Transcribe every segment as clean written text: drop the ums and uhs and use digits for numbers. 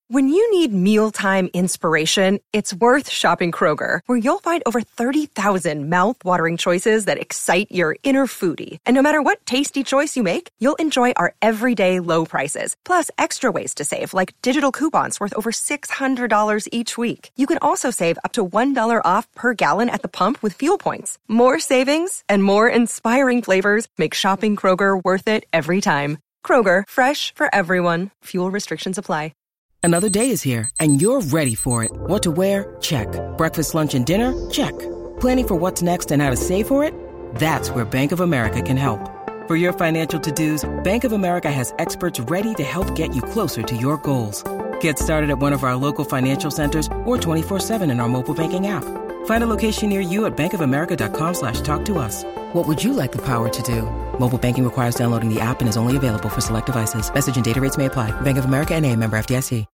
When you need mealtime inspiration, it's worth shopping Kroger, where you'll find over 30,000 mouth-watering choices that excite your inner foodie. And no matter what tasty choice you make, you'll enjoy our everyday low prices, plus extra ways to save, like digital coupons worth over $600 each week. You can also save up to $1 off per gallon at the pump with fuel points. More savings and more inspiring flavors make shopping Kroger worth it every time. Kroger, fresh for everyone. Fuel restrictions apply. Another day is here, and you're ready for it. What to wear? Check. Breakfast, lunch, and dinner? Check. Planning for what's next and how to save for it? That's where Bank of America can help. For your financial to-dos, Bank of America has experts ready to help get you closer to your goals. Get started at one of our local financial centers or 24/7 in our mobile banking app. Find a location near you at bankofamerica.com/talktous. What would you like the power to do? Mobile banking requires downloading the app and is only available for select devices. Message and data rates may apply. Bank of America N.A., member FDIC.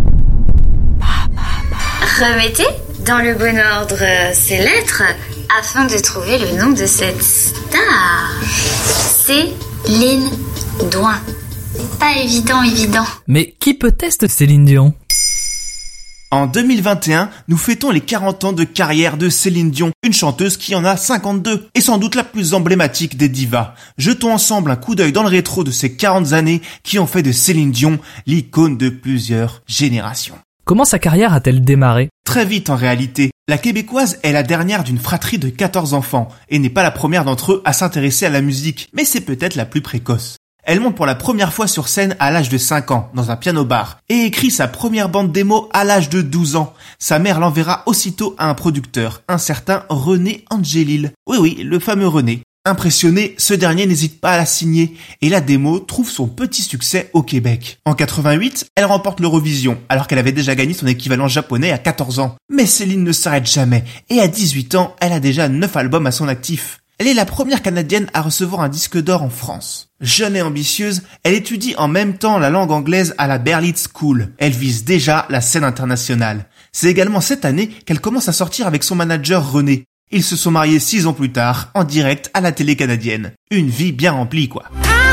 Remettez dans le bon ordre ces lettres afin de trouver le nom de cette star. Céline Dion. Pas évident. Mais qui peut tester Céline Dion ? En 2021, nous fêtons les 40 ans de carrière de Céline Dion, une chanteuse qui en a 52, et sans doute la plus emblématique des divas. Jetons ensemble un coup d'œil dans le rétro de ces 40 années qui ont fait de Céline Dion l'icône de plusieurs générations. Comment sa carrière a-t-elle démarré ? Très vite en réalité. La Québécoise est la dernière d'une fratrie de 14 enfants, et n'est pas la première d'entre eux à s'intéresser à la musique, mais c'est peut-être la plus précoce. Elle monte pour la première fois sur scène à l'âge de 5 ans, dans un piano-bar, et écrit sa première bande démo à l'âge de 12 ans. Sa mère l'enverra aussitôt à un producteur, un certain René Angelil. Oui, le fameux René. Impressionné, ce dernier n'hésite pas à la signer, et la démo trouve son petit succès au Québec. En 88, elle remporte l'Eurovision, alors qu'elle avait déjà gagné son équivalent japonais à 14 ans. Mais Céline ne s'arrête jamais, et à 18 ans, elle a déjà 9 albums à son actif. Elle est la première Canadienne à recevoir un disque d'or en France. Jeune et ambitieuse, elle étudie en même temps la langue anglaise à la Berlitz School. Elle vise déjà la scène internationale. C'est également cette année qu'elle commence à sortir avec son manager René. Ils se sont mariés 6 ans plus tard, en direct à la télé canadienne. Une vie bien remplie, quoi.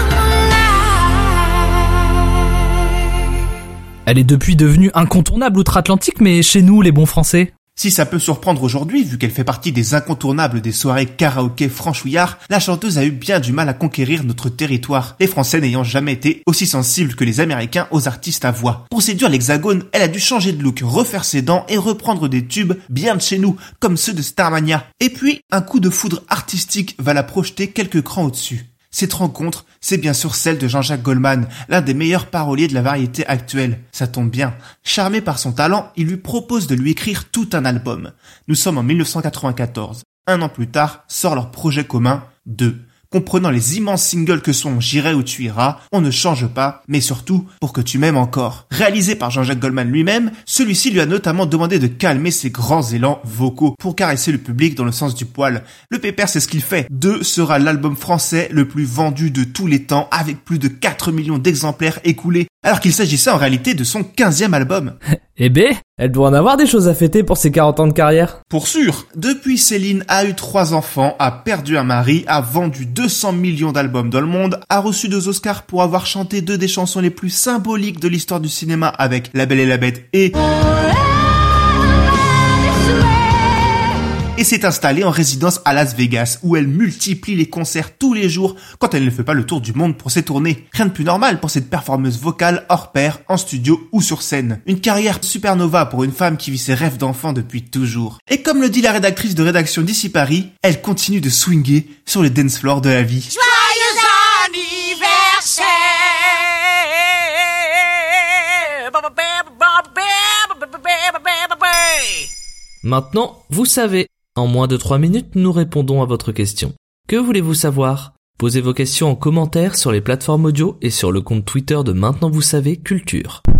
Elle est depuis devenue incontournable outre-Atlantique, mais chez nous, les bons Français ? Si ça peut surprendre aujourd'hui, vu qu'elle fait partie des incontournables des soirées karaoké franchouillards, la chanteuse a eu bien du mal à conquérir notre territoire, les Français n'ayant jamais été aussi sensibles que les Américains aux artistes à voix. Pour séduire l'Hexagone, elle a dû changer de look, refaire ses dents et reprendre des tubes bien de chez nous, comme ceux de Starmania. Et puis, un coup de foudre artistique va la projeter quelques crans au-dessus. Cette rencontre, c'est bien sûr celle de Jean-Jacques Goldman, l'un des meilleurs paroliers de la variété actuelle. Ça tombe bien. Charmé par son talent, il lui propose de lui écrire tout un album. Nous sommes en 1994. Un an plus tard, sort leur projet commun, 2. Comprenant les immenses singles que sont J'irai où tu iras, On ne change pas, mais surtout Pour que tu m'aimes encore. Réalisé par Jean-Jacques Goldman lui-même, celui-ci lui a notamment demandé de calmer ses grands élans vocaux pour caresser le public dans le sens du poil. Le pépère, c'est ce qu'il fait. 2 sera l'album français le plus vendu de tous les temps, avec plus de 4 millions d'exemplaires écoulés, alors qu'il s'agissait en réalité de son 15e album. Eh ben, elle doit en avoir des choses à fêter pour ses 40 ans de carrière. Pour sûr. Depuis, Céline a eu 3 enfants, a perdu un mari, a vendu 200 millions d'albums dans le monde, a reçu 2 Oscars pour avoir chanté 2 des chansons les plus symboliques de l'histoire du cinéma avec La Belle et la Bête et s'est installée en résidence à Las Vegas, où elle multiplie les concerts tous les jours quand elle ne fait pas le tour du monde pour ses tournées. Rien de plus normal pour cette performeuse vocale hors pair, en studio ou sur scène. Une carrière supernova pour une femme qui vit ses rêves d'enfant depuis toujours. Et comme le dit la rédactrice de rédaction d'ici Paris, elle continue de swinguer sur les dance floors de la vie. Joyeux anniversaire! Maintenant, vous savez. En moins de 3 minutes, nous répondons à votre question. Que voulez-vous savoir ? Posez vos questions en commentaire sur les plateformes audio et sur le compte Twitter de Maintenant Vous Savez Culture.